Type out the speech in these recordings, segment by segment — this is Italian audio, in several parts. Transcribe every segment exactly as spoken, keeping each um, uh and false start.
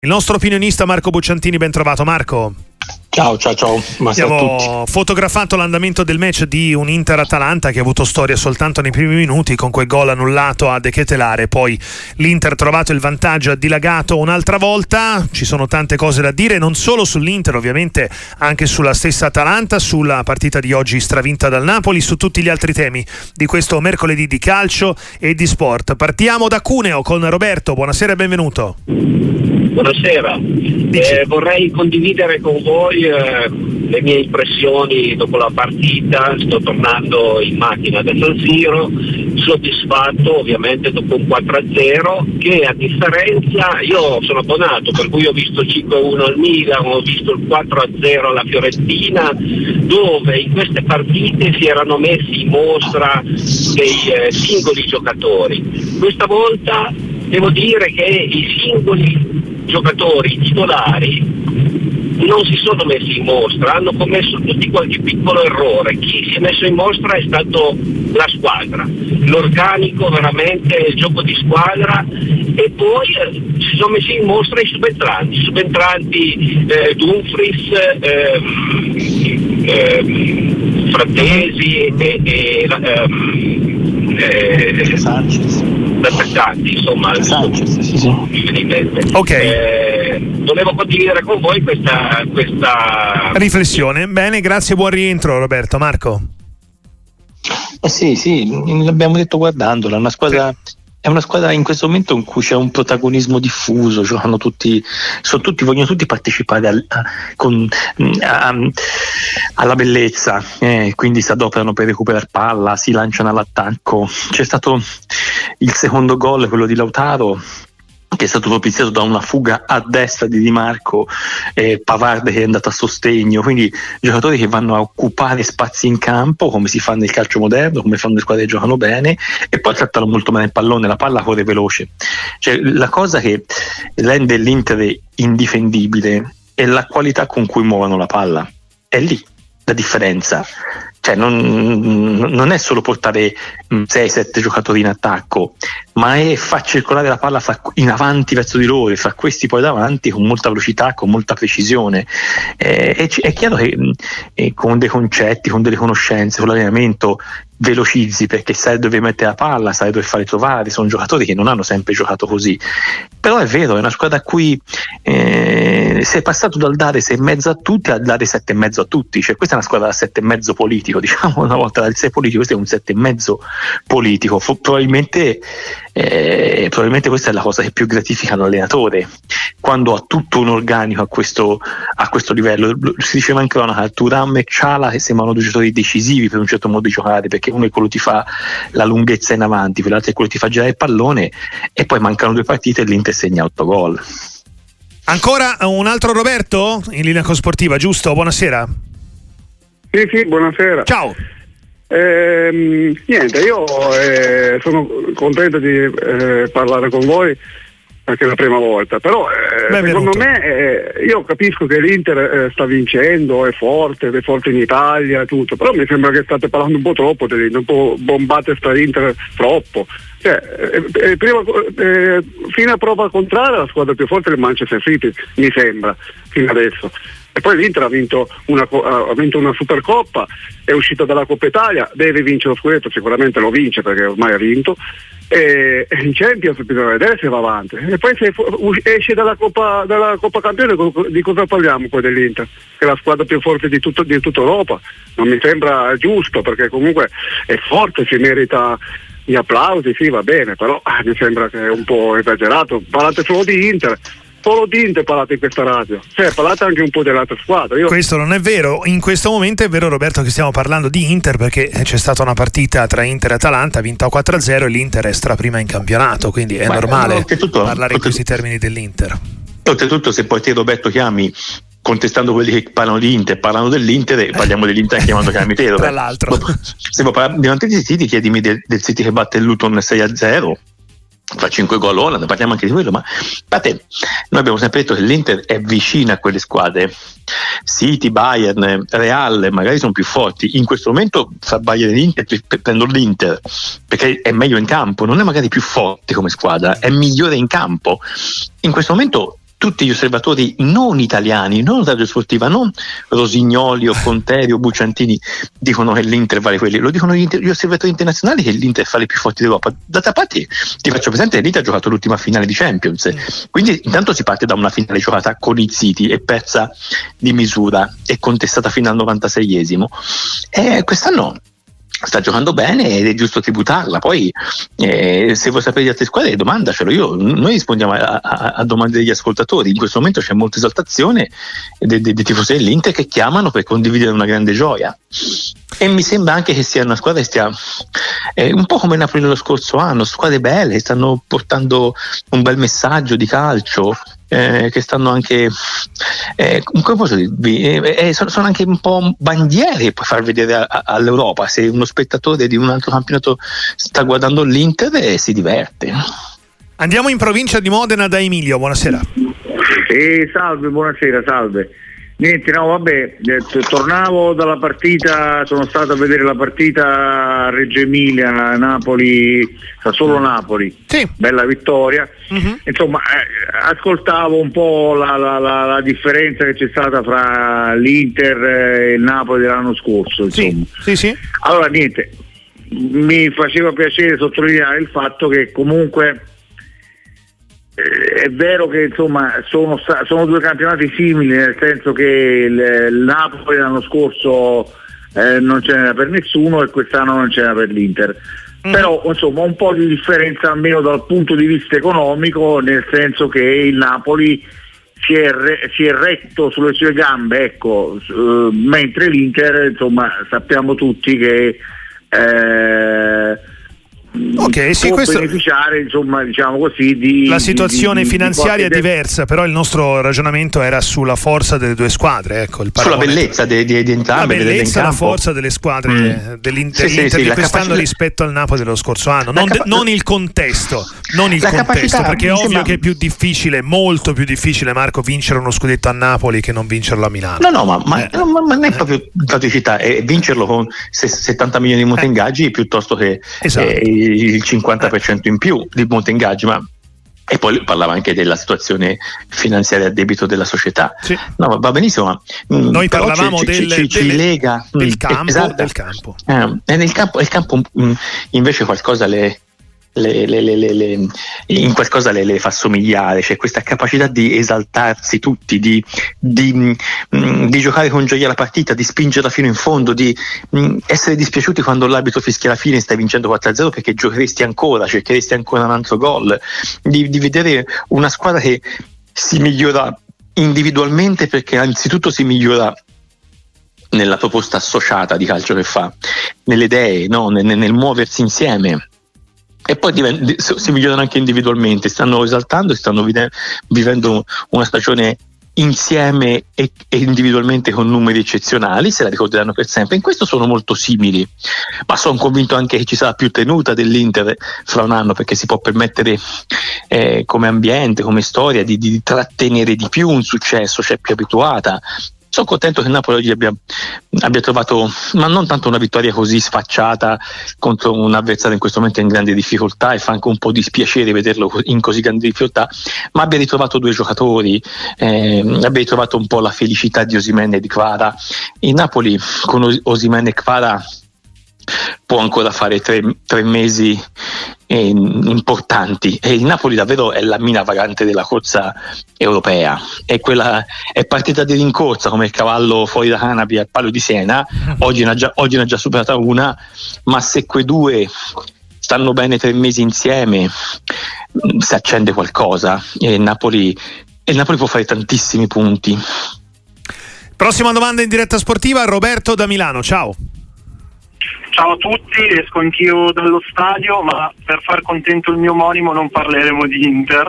Il nostro opinionista Marco Bucciantini, ben trovato Marco. Ciao, ciao, ciao. Abbiamo fotografato l'andamento del match di un Inter-Atalanta che ha avuto storia soltanto nei primi minuti con quel gol annullato a De Ketelare. Poi l'Inter ha trovato il vantaggio, ha dilagato un'altra volta. Ci sono tante cose da dire, non solo sull'Inter, ovviamente anche sulla stessa Atalanta, sulla partita di oggi stravinta dal Napoli, su tutti gli altri temi di questo mercoledì di calcio e di sport. Partiamo da Cuneo con Roberto. Buonasera e benvenuto. Buonasera, eh, vorrei condividere con voi eh, le mie impressioni dopo la partita. Sto tornando in macchina da San Siro, soddisfatto ovviamente dopo un quattro a zero che a differenza, io sono abbonato per cui ho visto cinque a uno al Milan, ho visto il quattro a zero alla Fiorentina, dove in queste partite si erano messi in mostra dei eh, singoli giocatori. Questa volta devo dire che i singoli giocatori titolari non si sono messi in mostra, hanno commesso tutti qualche piccolo errore. Chi si è messo in mostra è stato la squadra, l'organico, veramente il gioco di squadra, e poi eh, si sono messi in mostra i subentranti, i subentranti eh, Dumfries, eh, eh, Frattesi e, e eh, eh, Sanchez. Attaccanti, insomma, Sanchez, sì, sì. Ok. Eh, volevo condividere con voi questa, questa riflessione. Bene, grazie, buon rientro Roberto. Marco? Eh sì, sì, l'abbiamo detto guardandola, una squadra, è una squadra in questo momento in cui c'è un protagonismo diffuso, giocano tutti, sono tutti, vogliono tutti partecipare al, a, con, a, alla bellezza, eh, quindi si adoperano per recuperare palla, si lanciano all'attacco. C'è stato il secondo gol, quello di Lautaro, che è stato propiziato da una fuga a destra di Di Marco, eh, Pavard che è andato a sostegno, quindi giocatori che vanno a occupare spazi in campo come si fa nel calcio moderno, come fanno le squadre che giocano bene, e poi trattano molto bene il pallone, la palla corre veloce. Cioè, la cosa che rende l'Inter indifendibile è la qualità con cui muovono la palla, è lì la differenza. Cioè non, non è solo portare sei sette giocatori in attacco, ma è far circolare la palla fra, in avanti verso di loro, fra questi poi davanti, con molta velocità, con molta precisione. Eh, è, è chiaro che eh, con dei concetti, con delle conoscenze, con l'allenamento velocizzi, perché sai dove mettere la palla, sai dove fare trovare. Sono giocatori che non hanno sempre giocato così, però è vero, è una squadra a cui eh, si è passato dal dare sei e mezzo a tutti a dare sette e mezzo a tutti. Cioè questa è una squadra da sette e mezzo politico, diciamo, una volta dal sei politico, questo è un sette e mezzo politico. F- probabilmente eh, probabilmente questa è la cosa che più gratifica l'allenatore, quando ha tutto un organico a questo, a questo livello. Si diceva anche una Thuram e Ciala che sembrano due giocatori decisivi per un certo modo di giocare, perché uno è quello che ti fa la lunghezza in avanti, quell'altro è quello che ti fa girare il pallone, e poi mancano due partite e l'Inter segna otto gol. Ancora un altro Roberto in linea con Sportiva, giusto? Buonasera. Sì, sì, buonasera. Ciao. Eh, niente, io eh, sono contento di eh, parlare con voi anche la prima volta, però eh, secondo me eh, io capisco che l'Inter eh, sta vincendo, è forte, è forte in Italia, tutto, però mi sembra che state parlando un po' troppo dell'Inter, un po' bombate sta Inter troppo. Cioè, eh, eh, prima, eh, fino a prova contraria la squadra più forte è il Manchester City, mi sembra, fino adesso. E poi l'Inter ha vinto una, ha vinto una Supercoppa, è uscita dalla Coppa Italia, deve vincere lo scudetto, sicuramente lo vince perché ormai ha vinto, e in Champions bisogna vedere se va avanti, e poi se esce dalla Coppa, dalla Coppa Campione, di cosa parliamo poi dell'Inter? Che è la squadra più forte di, tutto, di tutta Europa. Non mi sembra giusto, perché comunque è forte, si merita gli applausi, sì, va bene, però ah, mi sembra che è un po' esagerato. Parlate solo di Inter, solo di Inter parlate in questa radio, cioè parlate anche un po' dell'altra squadra. Io... Questo non è vero, in questo momento è vero Roberto che stiamo parlando di Inter, perché c'è stata una partita tra Inter e Atalanta vinta quattro a zero e l'Inter è straprima in campionato, quindi è Ma normale tutto, parlare in questi termini dell'Inter. Oltretutto, se poi te Roberto chiami contestando quelli che parlano di Inter, parlano dell'Inter, e parliamo dell'Inter anche quando chiami te. Tra l'altro, se vuoi parlare di Manchester City, chiedimi del, del City che batte il Luton sei a zero, fa cinque gol Holland, parliamo anche di quello, ma te, noi abbiamo sempre detto che l'Inter è vicina a quelle squadre. City, Bayern, Real magari sono più forti. In questo momento fra Bayern e Inter prendo l'Inter perché è meglio in campo, non è magari più forte come squadra, è migliore in campo. In questo momento tutti gli osservatori non italiani, non radio sportiva, non Rosignoli o Conteri o Bucciantini dicono che l'Inter vale quelli, lo dicono gli, gli osservatori internazionali che l'Inter fa le più forti d'Europa. D'altra parte ti faccio presente che l'Inter ha giocato l'ultima finale di Champions, mm. quindi intanto si parte da una finale giocata con il City e persa di misura e contestata fino al novantaseiesimo, e quest'anno sta giocando bene ed è giusto tributarla. Poi eh, se vuoi sapere di altre squadre domandacelo, io, noi rispondiamo a, a, a domande degli ascoltatori. In questo momento c'è molta esaltazione dei, dei, dei tifosi dell'Inter che chiamano per condividere una grande gioia, e mi sembra anche che sia una squadra che stia eh, un po' come Napoli nello scorso anno, squadre belle, stanno portando un bel messaggio di calcio, eh, che stanno anche eh, come posso dirvi, eh, sono, sono anche un po' bandiere per far vedere a, a, all'Europa. Se uno spettatore di un altro campionato sta guardando l'Inter eh, si diverte. Andiamo in provincia di Modena da Emilio, buonasera. Eh, salve, buonasera, salve. Niente, no, vabbè, eh, tornavo dalla partita, sono stato a vedere la partita a Reggio Emilia, Napoli, Sassuolo Napoli, sì. Bella vittoria. Mm-hmm. Insomma, eh, ascoltavo un po' la, la, la, la differenza che c'è stata fra l'Inter e il Napoli dell'anno scorso. Insomma. Sì, sì, sì. Allora, niente, mi faceva piacere sottolineare il fatto che comunque è vero che insomma sono, sono due campionati simili, nel senso che il, il Napoli l'anno scorso eh, non c'era per nessuno e quest'anno non c'era per l'Inter, mm. però insomma un po' di differenza almeno dal punto di vista economico, nel senso che il Napoli si è, re, si è retto sulle sue gambe, ecco, eh, mentre l'Inter insomma sappiamo tutti che eh, Ok, sì, può questo beneficiare, insomma, diciamo così, di la situazione di, di, finanziaria di è diversa, però il nostro ragionamento era sulla forza delle due squadre, ecco, il sulla bellezza di, di, di entrambe, la bellezza e la forza delle squadre mm. dell'Inter, sì, sì, sì, di quest'anno capacità... rispetto al Napoli dello scorso anno, non, capa... non il contesto, non il la contesto, perché è ovvio sembra... che è più difficile, molto più difficile, Marco, vincere uno scudetto a Napoli che non vincerlo a Milano. No, no, ma, ma, eh. no, ma non è proprio praticità, è vincerlo con settanta milioni di monte ingaggi eh. piuttosto che esatto. eh, il cinquanta per cento in più di monte ingaggi, ma e poi parlava anche della situazione finanziaria a debito della società. Sì. No, va benissimo, ma noi parlavamo ci, del, ci, ci delle, lega del campo, esatto. del campo. Eh, e nel campo, il campo mh, invece qualcosa le Le, le, le, le, le, in qualcosa le, le fa somigliare, c'è questa capacità di esaltarsi tutti, di, di, mh, di giocare con gioia la partita, di spingerla fino in fondo, di mh, essere dispiaciuti quando l'arbitro fischia la fine e stai vincendo quattro a zero perché giocheresti ancora, cercheresti ancora un altro gol, di, di vedere una squadra che si migliora individualmente, perché anzitutto si migliora nella proposta associata di calcio che fa, nelle idee, no? nel, nel muoversi insieme. E poi divent- si migliorano anche individualmente, stanno esaltando e stanno vide- vivendo una stagione insieme e, e individualmente con numeri eccezionali, se la ricorderanno per sempre. In questo sono molto simili, ma sono convinto anche che ci sarà più tenuta dell'Inter fra un anno, perché si può permettere eh, come ambiente, come storia di, di trattenere di più un successo, c'è più abituata. Sono contento che il Napoli oggi abbia, abbia trovato, ma non tanto una vittoria così sfacciata contro un avversario in questo momento in grande difficoltà, e fa anche un po' dispiacere vederlo in così grande difficoltà, ma abbia ritrovato due giocatori, eh, abbia ritrovato un po' la felicità di Osimhen e di Kvara. Il Napoli con Osimhen e Kvara può ancora fare tre, tre mesi eh, importanti, e il Napoli davvero è la mina vagante della corsa europea, è, quella, è partita di rincorsa come il cavallo fuori da Canapi al Palio di Siena. Oggi ne ha già, oggi ne ha già superata una, ma se quei due stanno bene tre mesi insieme si accende qualcosa, e il Napoli, e il Napoli può fare tantissimi punti. Prossima domanda in diretta sportiva, Roberto da Milano, ciao. Ciao a tutti, esco anch'io dallo stadio, ma per far contento il mio omonimo non parleremo di Inter.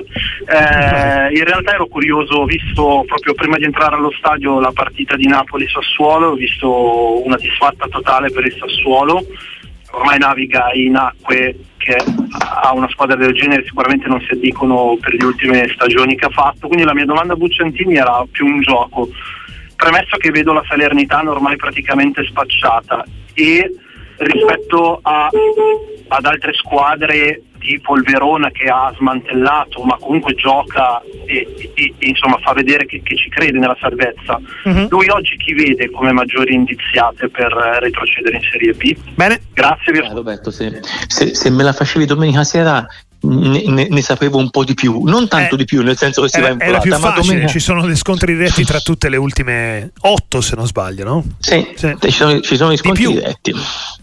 Eh, in realtà ero curioso, ho visto proprio prima di entrare allo stadio la partita di Napoli-Sassuolo, ho visto una disfatta totale per il Sassuolo, ormai naviga in acque che a una squadra del genere sicuramente non si addicono per le ultime stagioni che ha fatto, quindi la mia domanda a Bucciantini era più un gioco. Premesso che vedo la Salernitana ormai praticamente spacciata, e rispetto a, ad altre squadre tipo il Verona che ha smantellato ma comunque gioca e, e, e insomma fa vedere che, che ci crede nella salvezza. Uh-huh. Lui oggi chi vede come maggiori indiziate per retrocedere in Serie B? Bene, grazie. Eh, Roberto, se, se, se me la facevi domenica sera ne, ne, ne sapevo un po' di più, non tanto eh, di più, nel senso che si era, va in volata, era più ma facile, domenica... ci sono dei scontri diretti tra tutte le ultime otto, se non sbaglio, no? Sì, sì. Ci, sono, ci sono gli scontri diretti.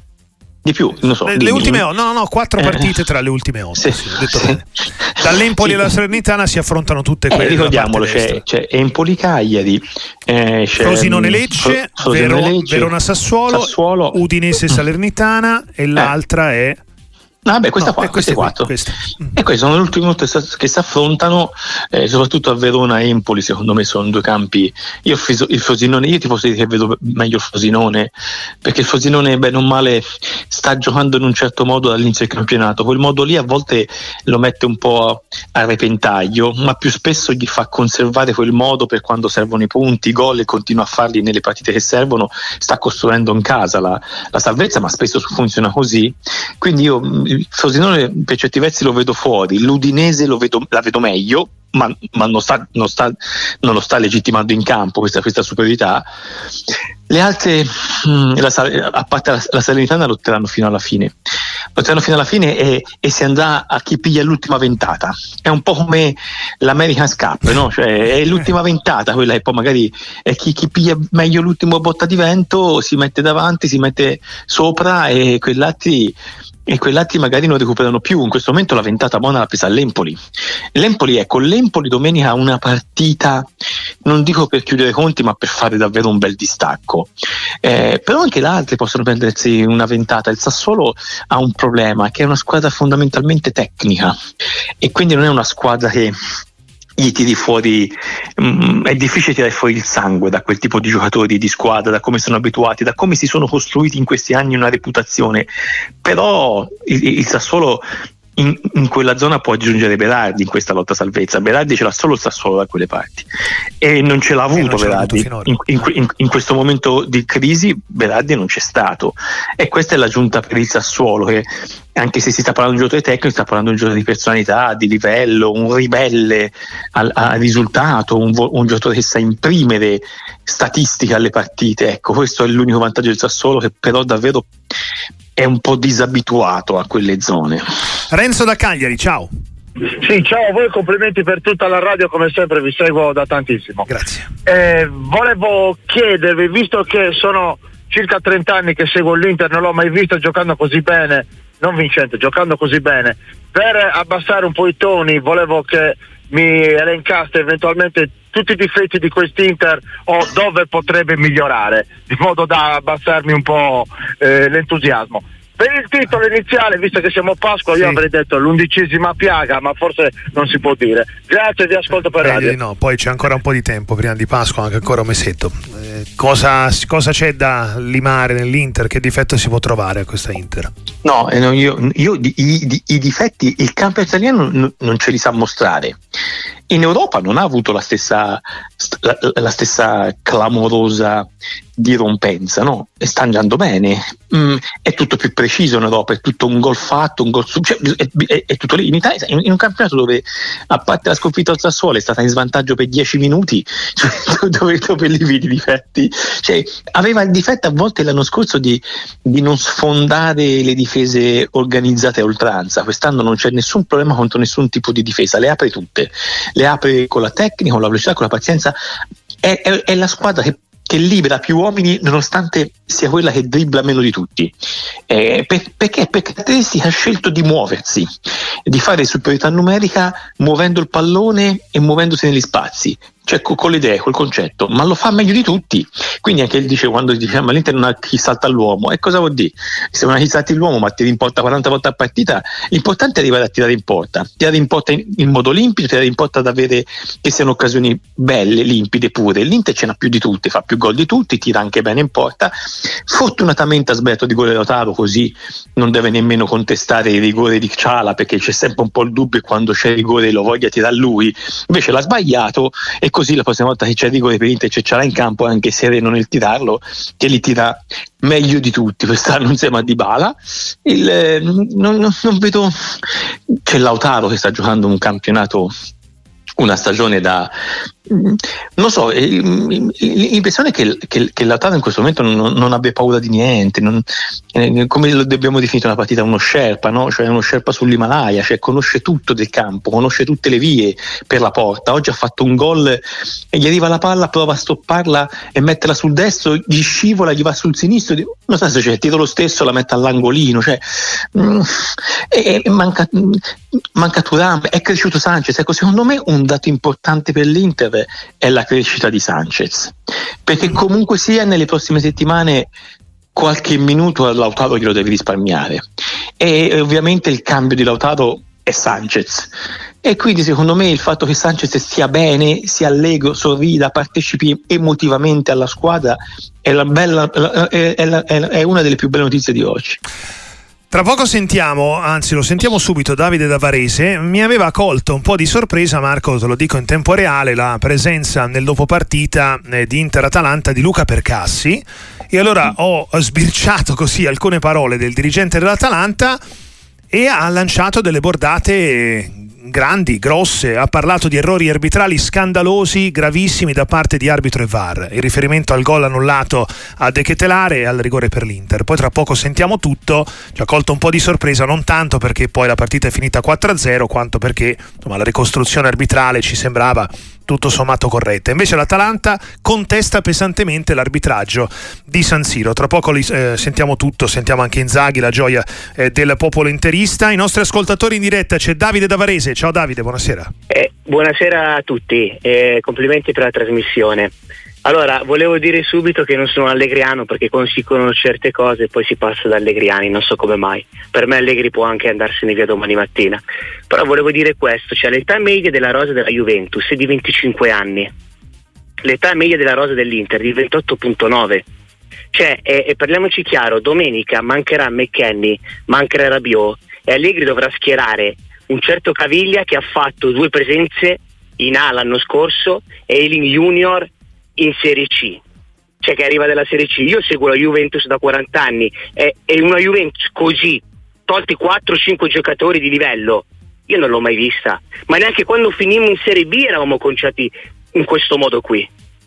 Di più, non so. Le, dimmi. le ultime no, no, no, quattro partite tra le ultime otto. Sì, sì, detto sì. Dall'Empoli sì. alla Salernitana si affrontano tutte quelle. Eh, ricordiamolo, c'è, c'è Empoli Cagliari, eh, c'è Frosinone Lecce, Fro- Vero, Lecce Verona Sassuolo, Sassuolo, Udinese Salernitana e l'altra eh. è. Ah, beh, questa no, qua, queste quattro. Queste. E queste sono le ultime volte che si affrontano, eh, soprattutto a Verona e Empoli. Secondo me sono due campi. Io il Frosinone, io ti posso dire che vedo meglio il Frosinone, perché il Frosinone, bene o male, sta giocando in un certo modo dall'inizio del campionato. Quel modo lì a volte lo mette un po' a repentaglio, ma più spesso gli fa conservare quel modo per quando servono i punti, i gol, e continua a farli nelle partite che servono. Sta costruendo in casa la, la salvezza, ma spesso funziona così. Quindi io il Frosinone per certi versi lo vedo fuori, l'Udinese lo vedo, la vedo meglio, ma, ma non, sta, non, sta, non lo sta legittimando in campo questa, questa superiorità. Le altre, mh, la, a parte la, la Salernitana, lotteranno fino alla fine. Lotteranno fino alla fine e, e si andrà a chi piglia l'ultima ventata. È un po' come l'American Cup, no? Cioè, è l'ultima ventata quella, e poi magari è chi, chi piglia meglio l'ultimo botta di vento si mette davanti, si mette sopra, e quell'altri e quell'altri magari non recuperano più. In questo momento la ventata buona l'ha presa l'Empoli. L'Empoli, ecco, l'Empoli domenica ha una partita, non dico per chiudere conti, ma per fare davvero un bel distacco. Eh, però anche le altre possono prendersi una ventata. Il Sassuolo ha un problema, che è una squadra fondamentalmente tecnica, e quindi non è una squadra che gli tiri fuori, mh, è difficile tirare fuori il sangue da quel tipo di giocatori di squadra, da come sono abituati, da come si sono costruiti in questi anni una reputazione. Però il, il Sassuolo in, in quella zona può aggiungere Berardi in questa lotta salvezza. Berardi ce l'ha solo il Sassuolo da quelle parti, e non ce l'ha avuto Berardi in, in, in, in questo momento di crisi. Berardi non c'è stato, e questa è l'aggiunta per il Sassuolo, che anche se si sta parlando di un giocatore tecnico, si sta parlando di un giocatore di personalità, di livello, un ribelle al, al risultato, un, un giocatore che sa imprimere statistiche alle partite. Ecco, questo è l'unico vantaggio del Sassuolo, che però davvero è un po' disabituato a quelle zone. Renzo da Cagliari, ciao. Sì, ciao a voi, complimenti per tutta la radio, come sempre vi seguo da tantissimo. Grazie. Eh, volevo chiedervi, visto che sono circa trenta anni che seguo l'Inter, non l'ho mai visto giocando così bene, non vincente, giocando così bene, per abbassare un po' i toni volevo che mi elencaste eventualmente tutti i difetti di quest'Inter o dove potrebbe migliorare, di modo da abbassarmi un po' eh, l'entusiasmo. Per il titolo iniziale, visto che siamo a Pasqua, sì, io avrei detto l'undicesima piaga, ma forse non si può dire. Grazie, vi ascolto per radio. No, poi c'è ancora un po' di tempo prima di Pasqua, anche ancora un mesetto. Eh, cosa, cosa c'è da limare nell'Inter? Che difetto si può trovare a questa Inter? No, eh, no io, io i, i, i difetti il campo italiano non, non ce li sa mostrare. In Europa non ha avuto la stessa, la, la stessa clamorosa dirompenza, no? E sta andando bene, mm, è tutto più preciso in Europa, è tutto un gol fatto, un gol sub, cioè, è, è, è tutto lì. In Italia, in, in un campionato dove, a parte la sconfitta al Sassuolo, è stata in svantaggio per dieci minuti, cioè, dove, dove li vedi i difetti? Cioè, aveva il difetto a volte l'anno scorso di, di non sfondare le difese organizzate a oltranza. Quest'anno non c'è nessun problema contro nessun tipo di difesa, le apre tutte, le apre con la tecnica, con la velocità, con la pazienza. È, è, è la squadra che che libera più uomini nonostante sia quella che dribbla meno di tutti, eh, per, perché per caratteristica ha scelto di muoversi, di fare superiorità numerica muovendo il pallone e muovendosi negli spazi, cioè con, con le idee, col concetto, ma lo fa meglio di tutti. Quindi anche lui dice, quando dice ma l'Inter non ha chi salta all'uomo, e cosa vuol dire? Se non hai chi salti l'uomo ma tiri in porta quaranta volte a partita, l'importante è arrivare a tirare in porta, tirare in porta in, in modo limpido, tirare in porta ad avere che siano occasioni belle, limpide, pure. L'Inter ce n'ha più di tutti, fa più gol di tutti, tira anche bene in porta. Fortunatamente ha sbagliato di gol Lautaro, così non deve nemmeno contestare il rigore di Ciala, perché c'è sempre un po' il dubbio quando c'è il rigore lo voglia tirare lui, invece l'ha sbagliato e così la prossima volta che c'è rigore per l'Inter c'è Ciarà in campo, anche sereno nel tirarlo, che li tira meglio di tutti quest'anno insieme a Dybala. Il, non, non, non vedo, c'è Lautaro che sta giocando un campionato, una stagione da, non so, l'impressione è che, che, che Lautaro in questo momento non, non abbia paura di niente, non, come lo abbiamo definito una partita, uno Sherpa, no? Cioè uno Sherpa sull'Himalaya, cioè conosce tutto del campo, conosce tutte le vie per la porta. Oggi ha fatto un gol e gli arriva la palla, prova a stopparla e metterla sul destro, gli scivola, gli va sul sinistro, non so se c'è, tiro lo stesso, la mette all'angolino, cioè mh, e, e manca, manca Thuram, è cresciuto Sanchez. Ecco, secondo me un dato importante per l'Inter è la crescita di Sanchez, perché comunque sia nelle prossime settimane qualche minuto a Lautaro glielo devi risparmiare, e ovviamente il cambio di Lautaro è Sanchez, e quindi secondo me il fatto che Sanchez stia bene, sia allegro, sorrida, partecipi emotivamente alla squadra è, la bella, è, è, è una delle più belle notizie di oggi. Tra poco sentiamo, anzi lo sentiamo subito, Davide da Varese. Mi aveva colto un po' di sorpresa, Marco, te lo dico in tempo reale, la presenza nel dopopartita eh, di Inter-Atalanta di Luca Percassi, e allora ho sbirciato così alcune parole del dirigente dell'Atalanta e ha lanciato delle bordate grandi, grosse. Ha parlato di errori arbitrali scandalosi, gravissimi da parte di arbitro e V A R, in riferimento al gol annullato a De Ketelaere e al rigore per l'Inter. Poi tra poco sentiamo tutto. Ci ha colto un po' di sorpresa, non tanto perché poi la partita è finita quattro a zero, quanto perché insomma, la ricostruzione arbitrale ci sembrava tutto sommato corretta. Invece l'Atalanta contesta pesantemente l'arbitraggio di San Siro. Tra poco li, eh, sentiamo tutto, sentiamo anche Inzaghi, la gioia eh, del popolo interista. I nostri ascoltatori in diretta, c'è Davide da Varese. Ciao Davide, buonasera. Eh, buonasera a tutti, eh, complimenti per la trasmissione. Allora, volevo dire subito che non sono allegriano, perché quando si dicono certe cose poi si passa da allegriani, non so come mai. Per me Allegri può anche andarsene via domani mattina. Però volevo dire questo, cioè l'età media della rosa della Juventus è di venticinque anni. L'età media della rosa dell'Inter è di ventotto virgola nove. Cioè, e, e parliamoci chiaro, domenica mancherà McKennie, mancherà Rabiot, e Allegri dovrà schierare un certo Caviglia che ha fatto due presenze in A l'anno scorso e Eiling Junior in Serie C, cioè che arriva dalla Serie C. Io seguo la Juventus da quaranta anni e, e una Juventus così, tolti quattro cinque giocatori di livello, io non l'ho mai vista, ma neanche quando finimmo in Serie B eravamo conciati in questo modo qui.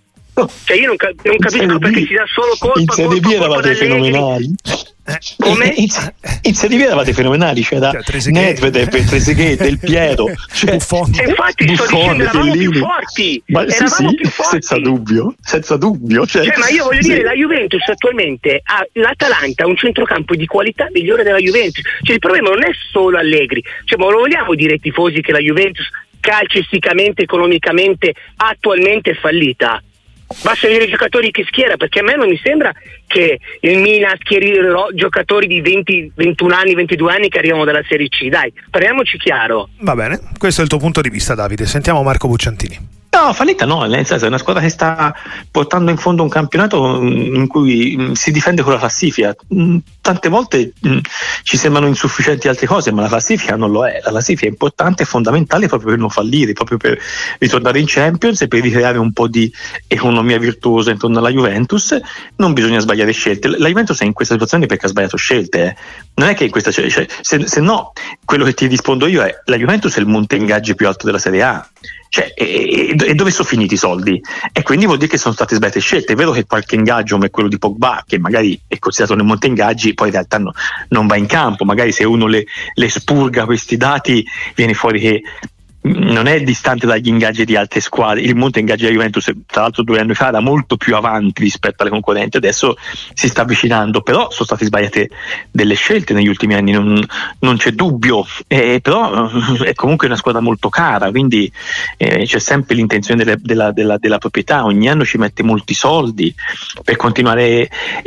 Cioè io non, ca- non capisco perché si dà solo colpa. In Serie B eravate fenomenali. Eh, come? In, in Serie B eravate fenomenali, cioè da cioè, Nedved, Trezeguet, Del Piero, cioè, e infatti Buffon, sto dicendo eravamo più forti, ma sì, eravamo sì, più forti. senza dubbio, senza dubbio. Cioè, cioè, ma io voglio sì. dire, la Juventus attualmente ha l'Atalanta, un centrocampo di qualità migliore della Juventus. Cioè il problema non è solo Allegri, cioè, ma lo vogliamo dire ai tifosi che la Juventus calcisticamente, economicamente, attualmente è fallita? Basta vedere i giocatori che schiera, perché a me non mi sembra che il Milan schieri giocatori di venti, ventuno anni, ventidue anni che arrivano dalla Serie C. Dai, parliamoci chiaro. Va bene, questo è il tuo punto di vista, Davide. Sentiamo Marco Bucciantini. No, fallita no, nel senso è una squadra che sta portando in fondo un campionato in cui si difende con la classifica. Tante volte ci sembrano insufficienti altre cose, ma la classifica non lo è. La classifica è importante e fondamentale proprio per non fallire, proprio per ritornare in Champions e per ricreare un po' di economia virtuosa intorno alla Juventus. Non bisogna sbagliare scelte. La Juventus è in questa situazione perché ha sbagliato scelte. Eh. Non è che in questa cioè, se, se no, quello che ti rispondo io è: la Juventus è il monte ingaggi più alto della Serie A. Cioè, e, e dove sono finiti i soldi? E quindi vuol dire che sono state sbagliate scelte. È vero che qualche ingaggio come quello di Pogba, che magari è considerato nel monte ingaggi, poi in realtà no, non va in campo. Magari se uno le, le spurga questi dati viene fuori che non è distante dagli ingaggi di altre squadre. Il monte ingaggi della Juventus, tra l'altro due anni fa, era molto più avanti rispetto alle concorrenti, adesso si sta avvicinando, però sono state sbagliate delle scelte negli ultimi anni, non, non c'è dubbio, eh, però è comunque una squadra molto cara, quindi eh, c'è sempre l'intenzione delle, della, della, della proprietà, ogni anno ci mette molti soldi per continuare.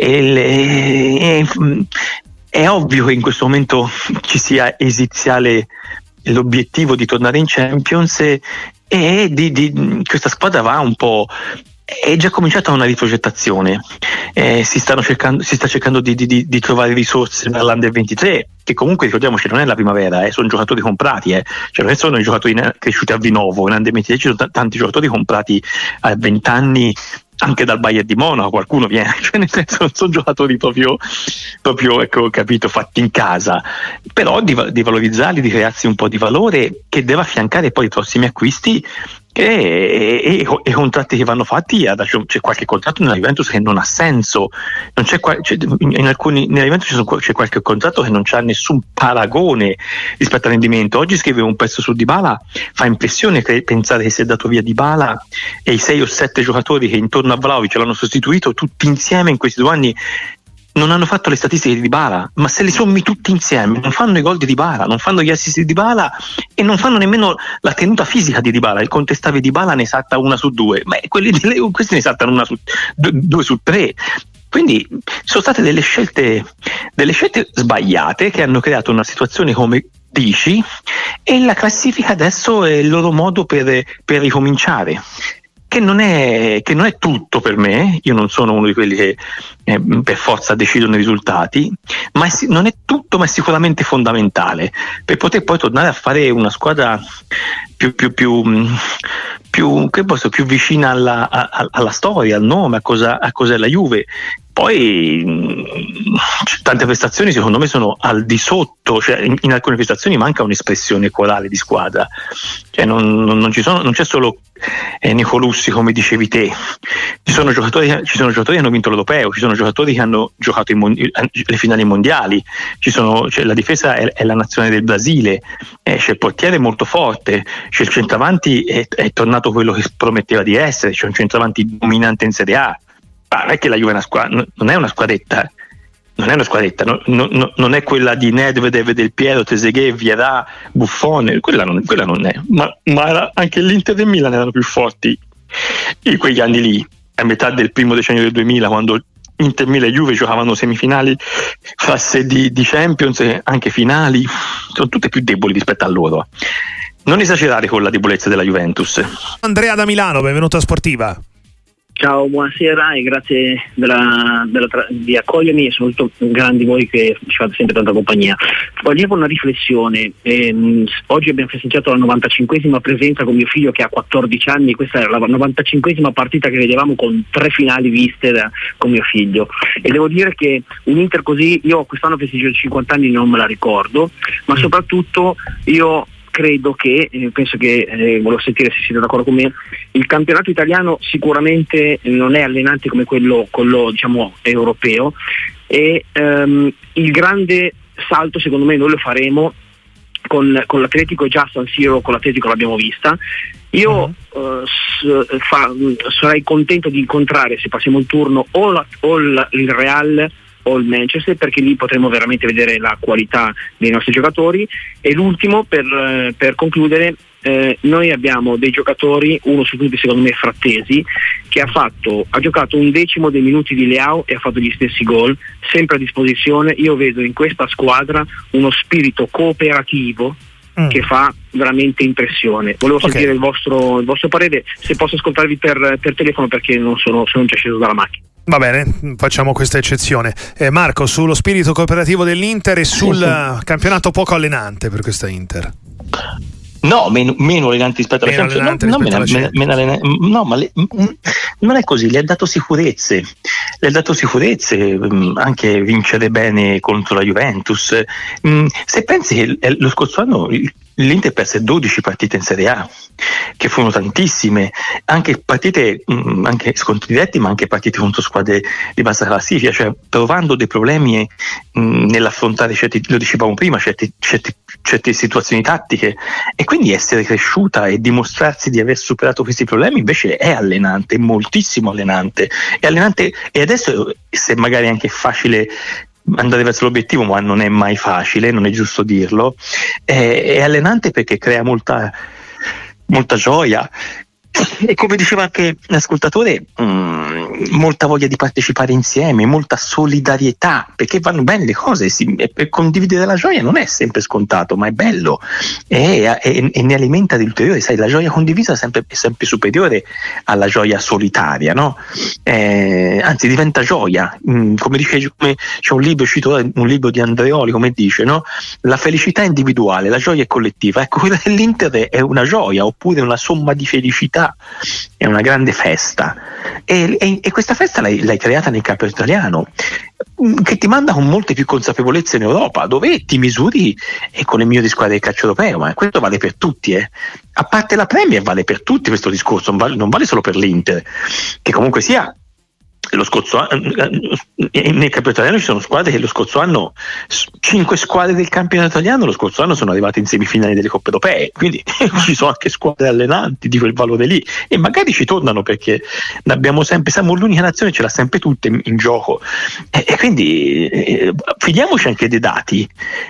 E, e, è ovvio che in questo momento ci sia esiziale l'obiettivo di tornare in Champions e, e di, di, questa squadra va un po' è già cominciata una riprogettazione, eh, si, stanno cercando, si sta cercando di, di, di trovare risorse per l'Under ventitré, che comunque ricordiamoci non è la primavera, eh, sono giocatori comprati, eh. Cioè non sono i giocatori cresciuti a Vinovo, in Under ventitré ci sono t- tanti giocatori comprati a venti anni anche dal Bayern di Monaco, qualcuno viene, cioè nel senso non sono giocatori proprio, proprio ecco, capito, fatti in casa, però di, di valorizzarli, di crearsi un po' di valore che deve affiancare poi i prossimi acquisti e, e, e contratti che vanno fatti. Ad, c'è qualche contratto nella Juventus che non ha senso, non c'è, c'è in alcuni nella Juventus c'è, sono, c'è qualche contratto che non c'ha nessun paragone rispetto al rendimento. Oggi scrivevo un pezzo su Dybala, fa impressione che, pensare che si è dato via Dybala e i sei o sette giocatori che intorno a Vlahovic l'hanno sostituito tutti insieme in questi due anni non hanno fatto le statistiche di Dybala, ma se li sommi tutti insieme non fanno i gol di Dybala, non fanno gli assist di Dybala e non fanno nemmeno la tenuta fisica di Dybala. Il contestavi Dybala ne salta una su due, ma quelli di Leo, questi ne saltano una su due, due su tre. Quindi sono state delle scelte delle scelte sbagliate che hanno creato una situazione come dici, e la classifica adesso è il loro modo per, per ricominciare. Che non, è, che non è tutto per me, io non sono uno di quelli che eh, per forza decidono i risultati, ma è, non è tutto, ma è sicuramente fondamentale per poter poi tornare a fare una squadra più, più, più, più, che posso, più vicina alla, a, alla storia, al nome, a cosa, a cos'è la Juve. Poi mh, tante prestazioni secondo me sono al di sotto, cioè in, in alcune prestazioni manca un'espressione corale di squadra, cioè non, non, non, ci sono, non c'è solo eh, Nicolussi come dicevi te, ci sono giocatori, ci sono giocatori che hanno vinto l'Europeo, ci sono giocatori che hanno giocato in mondi- le finali mondiali, ci sono, cioè, la difesa è, è la nazionale del Brasile, eh, c'è il portiere molto forte, c'è il centravanti, è, è tornato quello che prometteva di essere, c'è un centravanti dominante in Serie A. Non è che la Juve è una squadra, non è una squadretta, non è una squadretta, no, no, non è quella di Nedved, Del Piero, Trezeguet, Vieira, Buffon, quella non, quella non è, ma, ma era, anche l'Inter del Milan erano più forti in quegli anni lì, a metà del primo decennio del duemila, quando Inter, Milan e Juve giocavano semifinali, fase di, di Champions e anche finali, sono tutte più deboli rispetto a loro. Non esagerare con la debolezza della Juventus. Andrea da Milano, benvenuto a Sportiva. Ciao, buonasera e grazie della, della, di accogliermi, e soprattutto grandi voi che ci fate sempre tanta compagnia. Volevo una riflessione. Ehm, oggi abbiamo festeggiato la novantacinquesima presenza con mio figlio che ha quattordici anni, questa è la novantacinquesima partita che vedevamo con tre finali viste da, con mio figlio, e devo dire che un Inter così, io quest'anno festeggio cinquanta anni, non me la ricordo, ma soprattutto io credo che, eh, penso che, eh, volevo sentire se siete d'accordo con me, il campionato italiano sicuramente non è allenante come quello, quello diciamo europeo, e ehm, il grande salto secondo me noi lo faremo con, con l'Atletico, già a San Siro con l'Atletico l'abbiamo vista. Io uh-huh. uh, s- fa, sarei contento di incontrare, se passiamo il turno, o, la, o il, il Real o il Manchester, perché lì potremo veramente vedere la qualità dei nostri giocatori. E l'ultimo, per, per concludere, eh, noi abbiamo dei giocatori, uno su tutti secondo me Frattesi, che ha fatto ha giocato un decimo dei minuti di Leao e ha fatto gli stessi gol, sempre a disposizione. Io vedo in questa squadra uno spirito cooperativo mm. che fa veramente impressione. Volevo okay. sentire il vostro, il vostro parere, se posso ascoltarvi per, per telefono, perché non sono, sono già sceso dalla macchina. Va bene, facciamo questa eccezione. Eh, Marco, sullo spirito cooperativo dell'Inter e sul sì, sì. campionato poco allenante per questa Inter. No, meno, meno allenante rispetto alla Champions. No, no, meno, meno, meno allenante, no, ma le, non è così, le ha dato sicurezze. Le ha dato sicurezze, anche vincere bene contro la Juventus. Se pensi che lo scorso anno l'Inter perse dodici partite in Serie A, che furono tantissime, anche partite, mh, anche scontri diretti, ma anche partite contro squadre di bassa classifica, cioè trovando dei problemi mh, nell'affrontare certi, lo dicevamo prima, certe, certe, certe situazioni tattiche, e quindi essere cresciuta e dimostrarsi di aver superato questi problemi invece è allenante, moltissimo allenante, è allenante. E adesso, se magari anche è facile andare verso l'obiettivo, ma non è mai facile, non è giusto dirlo, è, è allenante perché crea molta molta gioia, E come diceva anche l'ascoltatore, mh, molta voglia di partecipare insieme, molta solidarietà, perché vanno bene le cose, si, e, e condividere la gioia non è sempre scontato, ma è bello e, e, e ne alimenta di ulteriore. Sai, la gioia condivisa è sempre, è sempre superiore alla gioia solitaria, no? Eh, anzi diventa gioia, mh, come dice, come, c'è un libro, cito un libro di Andreoli, come dice, no? La felicità è individuale, la gioia è collettiva. Ecco, quella dell'Inter è una gioia, oppure una somma di felicità, è una grande festa e, e, e questa festa l'hai, l'hai creata nel campionato italiano, che ti manda con molte più consapevolezze in Europa, dove ti misuri e con le migliori squadre del calcio europeo, ma questo vale per tutti, eh. A parte la Premier vale per tutti questo discorso, non vale, non vale solo per l'Inter, che comunque sia lo scorso anno nel campionato italiano ci sono squadre che lo scorso anno, cinque squadre del campionato italiano lo scorso anno sono arrivate in semifinali delle coppe europee, quindi ci sono anche squadre allenanti di quel valore lì e magari ci tornano, perché abbiamo sempre, siamo l'unica nazione, ce l'ha sempre tutte in, in gioco e, e quindi eh, fidiamoci anche dei dati.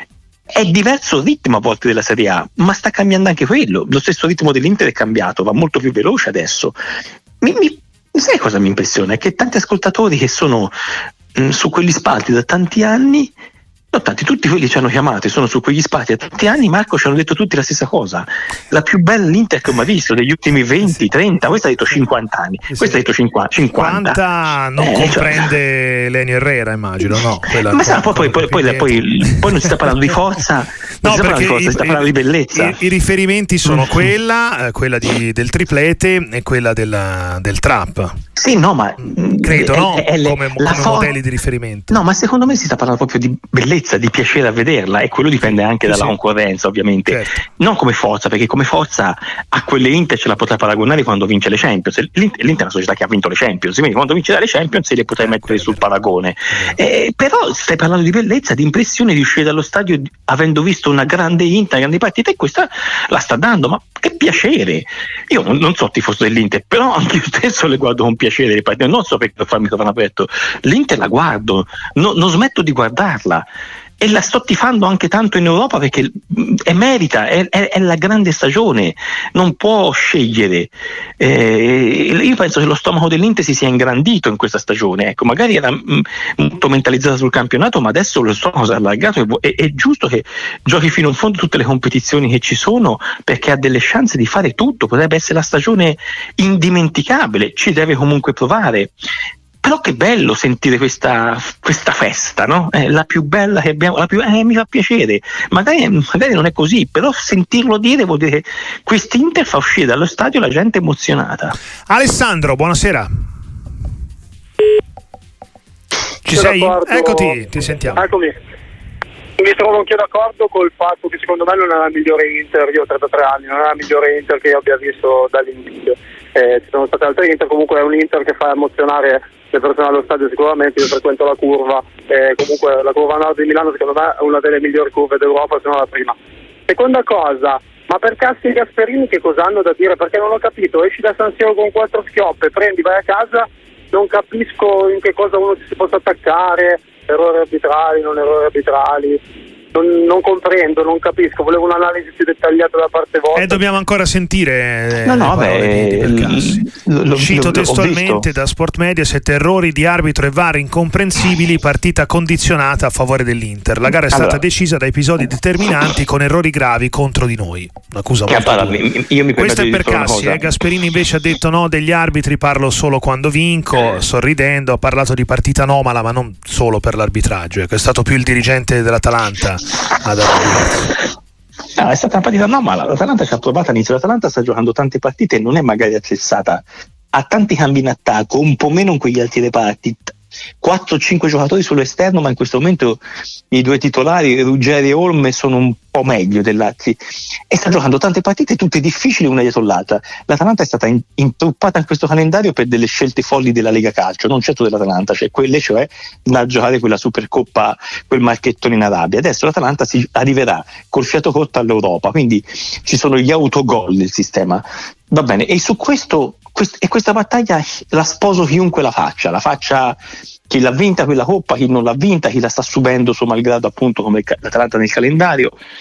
È diverso il ritmo a volte della Serie A, ma sta cambiando anche quello. Lo stesso ritmo dell'Inter è cambiato, va molto più veloce adesso. Mi, mi Sai cosa mi impressiona? È che tanti ascoltatori che sono mh, su quegli spalti da tanti anni, no, tanti, tutti quelli ci hanno chiamato e sono su quegli spalti da tanti anni, Marco, ci hanno detto tutti la stessa cosa. La più bella l'Inter che ho mai visto degli ultimi venti, trenta, questo ha detto cinquanta anni, questo ha detto cinquanta. cinquanta non eh, comprende cioè... Lenny Herrera, immagino, no? Ma sa, poi, poi, poi, poi, poi non si sta parlando di forza, non no, si sta parlando di forza, i, si sta parlando i, di bellezza. I, i riferimenti sono quella, eh, quella di, del triplete e quella della, del trap. Sì, no, ma credo, è, no? È, è, come la come for- modelli di riferimento. No, ma secondo me si sta parlando proprio di bellezza, di piacere a vederla, e quello dipende anche dalla sì. concorrenza, ovviamente. Certo. Non come forza, perché come forza a quelle Inter ce la potrà paragonare quando vince le Champions. L'Inter, l'Inter è una società che ha vinto le Champions, quindi quando vincerà le Champions le potrai mettere sul paragone. Eh, però stai parlando di bellezza, di impressione di uscire dallo stadio avendo visto una grande Inter, grandi partite, e questa la sta dando, ma che piacere! Io non, non so tifoso dell'Inter, però anche io stesso le guardo con piacere le partite, non so perché devo farmi microfono aperto, l'Inter la guardo, no, non smetto di guardarla e la sto tifando anche tanto in Europa perché è merita, è, è, è la grande stagione, non può scegliere. Eh, io penso che lo stomaco dell'Inter si sia ingrandito in questa stagione, ecco, magari era mh, molto mentalizzata sul campionato, ma adesso lo stomaco si è allargato e è, è giusto che giochi fino in fondo tutte le competizioni che ci sono, perché ha delle chance di fare tutto, potrebbe essere la stagione indimenticabile, ci deve comunque provare. Però che bello sentire questa, questa festa, no? È la più bella che abbiamo, la più, eh, mi fa piacere. Magari, magari non è così, però sentirlo dire vuol dire che quest'Inter fa uscire dallo stadio la gente emozionata. Alessandro, buonasera. Ci sei? Eccoti, ti sentiamo. Eccomi. Mi trovo anche d'accordo col fatto che secondo me non è la migliore Inter, io ho trentatré anni, non è la migliore Inter che io abbia visto dall'inizio. Eh, ci sono state altre Inter, comunque è un Inter che fa emozionare le persone allo stadio sicuramente. Io frequento la curva, eh, comunque la curva nord di Milano secondo me è una delle migliori curve d'Europa, se non la prima. Seconda cosa, ma per Cassi e Gasperini che cosa hanno da dire? Perché non ho capito, esci da San Siro con quattro schioppe, prendi, vai a casa, non capisco in che cosa uno si possa attaccare, errori arbitrali, non errori arbitrali. Non, non comprendo, non capisco, volevo un'analisi più dettagliata da parte vostra. E dobbiamo ancora sentire no, no, beh, di, di l- l- Cito l- testualmente da Sport Mediaset: errori di arbitro e V A R incomprensibili, partita condizionata a favore dell'Inter. La gara è stata allora. decisa da episodi determinanti con errori gravi contro di noi. Un'accusa molto allora, io mi Questo è per Cassi, eh? Gasperini invece ha detto no, degli arbitri parlo solo quando vinco, sorridendo, ha parlato di partita anomala, ma non solo per l'arbitraggio, è stato più il dirigente dell'Atalanta ad no, è stata una partita anomala. L'Atalanta ci ha provato all'inizio, l'Atalanta sta giocando tante partite e non è magari attrezzata, ha tanti cambi in attacco, un po' meno in quegli altri reparti, quattro cinque giocatori sull'esterno, ma in questo momento i due titolari, Ruggeri e Olme, sono un po' meglio dell'altri e sta giocando tante partite tutte difficili una dietro l'altra. L'Atalanta è stata in, intruppata in questo calendario per delle scelte folli della Lega Calcio, non certo dell'Atalanta, cioè quelle cioè da giocare quella Supercoppa, quel marchettone in Arabia. Adesso l'Atalanta si arriverà col fiato corto all'Europa, quindi ci sono gli autogol del sistema, va bene, e su questo Quest- e questa battaglia la sposo chiunque la faccia, la faccia chi l'ha vinta quella coppa, chi non l'ha vinta, chi la sta subendo suo malgrado appunto come l'Atalanta nel calendario.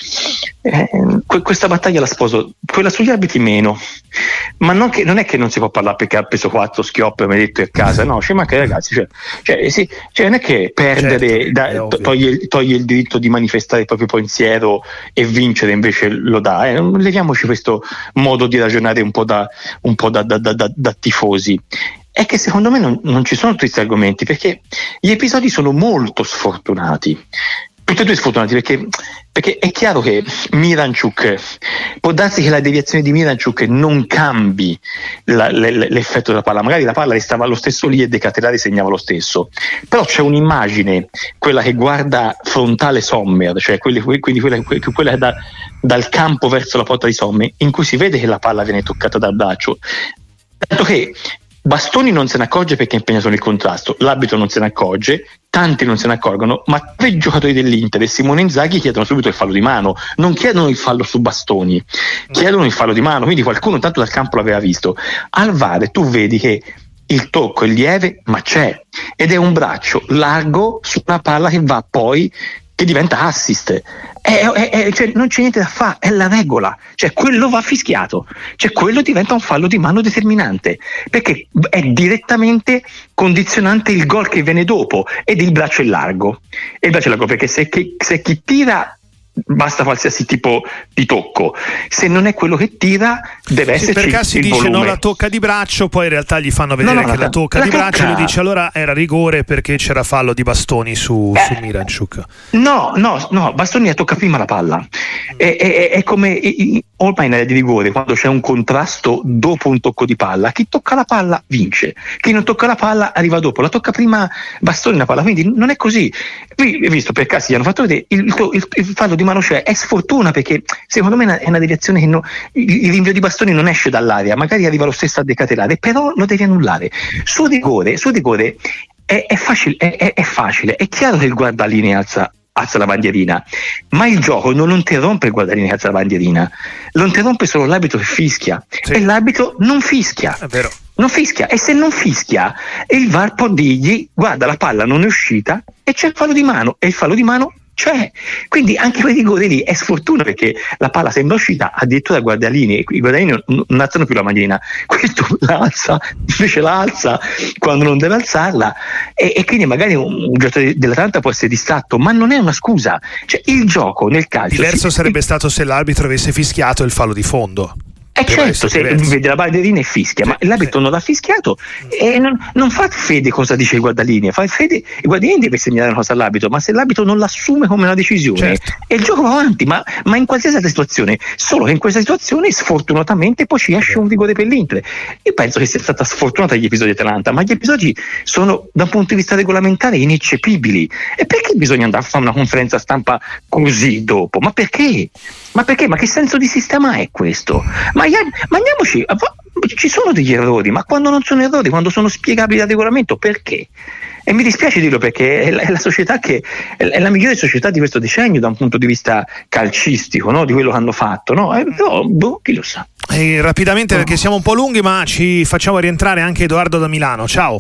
eh, questa battaglia la sposo, quella sugli arbitri meno, ma non, che, non è che non si può parlare perché ha preso quattro schioppi e mi ha detto a casa, no, ci manca ragazzi, cioè, cioè, sì, cioè non è che perdere certo, da, toglie, toglie il diritto di manifestare il proprio pensiero e vincere invece lo dà, eh. Leviamoci questo modo di ragionare un po' da, un po' da, da, da, da, da tifosi. È che secondo me non, non ci sono tutti questi argomenti, perché gli episodi sono molto sfortunati, tutti e due sfortunati, perché, perché è chiaro che Miranchuk, può darsi che la deviazione di Miranchuk non cambi la, le, l'effetto della palla, magari la palla restava lo stesso lì e De Ketelaere segnava lo stesso, però c'è un'immagine, quella che guarda frontale Sommer, cioè quelli, quindi quella, quella da, dal campo verso la porta di Sommer, in cui si vede che la palla viene toccata dal braccio, tanto che Bastoni non se ne accorge perché è impegnato nel contrasto, l'arbitro non se ne accorge, tanti non se ne accorgono, ma tre giocatori dell'Inter e Simone Inzaghi chiedono subito il fallo di mano, non chiedono il fallo su Bastoni, chiedono il fallo di mano, quindi qualcuno tanto dal campo l'aveva visto. Al V A R tu vedi che il tocco è lieve, ma c'è, ed è un braccio largo su una palla che va poi, che diventa assist. È, è, è, cioè non c'è niente da fare, è la regola, cioè quello va fischiato, cioè quello diventa un fallo di mano determinante, perché è direttamente condizionante il gol che viene dopo, ed il braccio è largo, e il braccio è largo perché se, che, se chi tira basta qualsiasi tipo di tocco, se non è quello che tira deve sì, esserci perché si il dice volume. No, la tocca di braccio, poi in realtà gli fanno vedere no, no, che la, la tocca la di tocca... braccio, e lui dice allora era rigore perché c'era fallo di Bastoni su, eh, su Miranchuk. No, no, no, Bastoni tocca prima la palla, mm. è, è, è come ormai in area di rigore, quando c'è un contrasto dopo un tocco di palla, chi tocca la palla vince, chi non tocca la palla arriva dopo, la tocca prima Bastoni la palla, quindi non è così. Vi visto per caso gli hanno fatto vedere il, il, il fallo di mano, cioè è sfortuna, perché secondo me è una deviazione che no, il, il rinvio di Bastoni non esce dall'area, magari arriva lo stesso a De Ketelaere, però lo devi annullare. Su rigore, su rigore è, è, facile, è, è, è facile, è chiaro che il guardalinee alza alza la bandierina, ma il gioco non lo interrompe il guardalinee che alza la bandierina, lo interrompe solo l'arbitro che fischia, sì. E l'arbitro non fischia, è vero. Non fischia, e se non fischia il V A R può dirgli guarda la palla non è uscita e c'è il fallo di mano, e il fallo di mano c'è, quindi anche quei rigori lì è sfortuna, perché la palla sembra uscita, addirittura guardalinee, i guardalinei non, non alzano più la bandierina, questo la alza, invece la alza quando non deve alzarla, e, e quindi magari un, un giocatore dell'Atalanta può essere distratto, ma non è una scusa, cioè il gioco nel calcio diverso si, sarebbe il, stato se l'arbitro avesse fischiato il fallo di fondo. Eh certo, se vede la bandierina e fischia, sì, ma l'arbitro sì. non l'ha fischiato e non, non fa fede cosa dice il guardalinee, fa fede, il guardalinee deve segnalare una cosa all'arbitro, ma se l'arbitro non l'assume come una decisione, certo. E il gioco va avanti, ma, ma in qualsiasi altra situazione, solo che in questa situazione sfortunatamente poi ci esce un rigore per l'Inter. Io penso che sia stata sfortunata gli episodi di Atalanta, ma gli episodi sono da un punto di vista regolamentare ineccepibili, e perché bisogna andare a fare una conferenza stampa così dopo? Ma perché? Ma perché? Ma che senso di sistema è questo? Ma Ma andiamoci, ci sono degli errori, ma quando non sono errori, quando sono spiegabili dal regolamento, perché? E mi dispiace dirlo, perché è la, è la società che è la migliore società di questo decennio da un punto di vista calcistico, no? Di quello che hanno fatto, no? Eh, però, boh, chi lo sa. E rapidamente, perché siamo un po' lunghi, ma ci facciamo rientrare anche Edoardo da Milano. Ciao.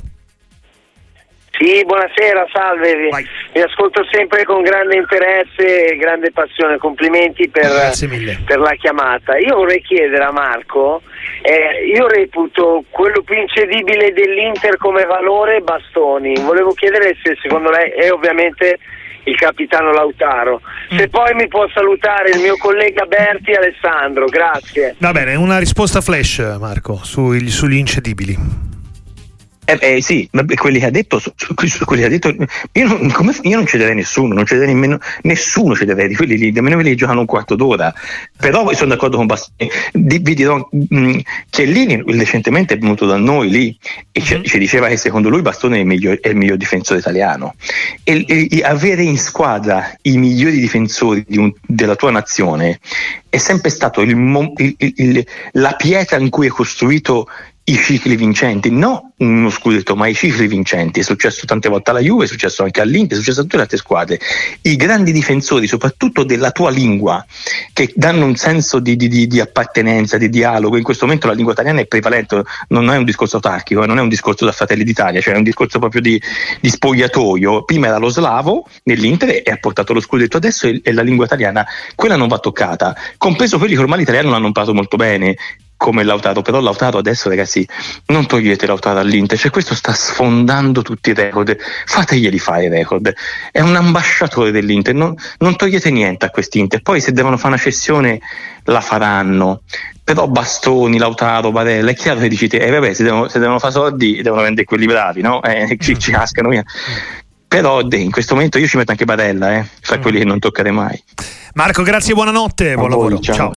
Sì, buonasera, salve, vi, vi ascolto sempre con grande interesse e grande passione, complimenti per, per la chiamata. Io vorrei chiedere a Marco, eh, io reputo quello più incedibile dell'Inter come valore Bastoni, volevo chiedere se secondo lei è ovviamente il capitano Lautaro, se poi mi può salutare il mio collega Berti Alessandro, grazie. Va bene, una risposta flash Marco sugli, sugli incedibili. Eh, eh, sì, ma quelli che ha detto, quelli che ha detto io, non, come, io non cederei nessuno, non cederei nemmeno nessuno, cederei di quelli lì, nemmeno quelli che giocano un quarto d'ora. Però sono d'accordo con Bastoni. Di, vi dirò mh, Chiellini recentemente è venuto da noi lì e mm-hmm. ci, ci diceva che secondo lui Bastoni è il miglior, è il miglior difensore italiano. E, e, e avere in squadra i migliori difensori di un, della tua nazione è sempre stato il, il, il, il, la pietra in cui è costruito i cicli vincenti, no uno scudetto, ma i cicli vincenti. È successo tante volte alla Juve, è successo anche all'Inter, è successo a tutte le altre squadre. I grandi difensori, soprattutto della tua lingua, che danno un senso di, di, di, di appartenenza, di dialogo. In questo momento la lingua italiana è prevalente, non è un discorso autarchico, non è un discorso da Fratelli d'Italia, cioè è un discorso proprio di, di spogliatoio. Prima era lo slavo nell'Inter e ha portato lo scudetto, adesso è, è la lingua italiana, quella non va toccata, compreso quelli che ormai l'italiano l'hanno imparato molto bene, come Lautaro. Però Lautaro adesso, ragazzi, non togliete Lautaro all'Inter, cioè questo sta sfondando tutti i record, fateglieli fare i record, è un ambasciatore dell'Inter, non, non togliete niente a quest'Inter. Poi se devono fare una cessione la faranno, però Bastoni, Lautaro, Barella, è chiaro che dicete eh vabbè, se devono, se devono fare soldi devono vendere quelli bravi, no? Eh, ci, ci cascano via. Però in questo momento io ci metto anche Barella, eh, fra quelli che non toccare mai. Marco, grazie, buonanotte, buon lavoro. Ciao. Ciao.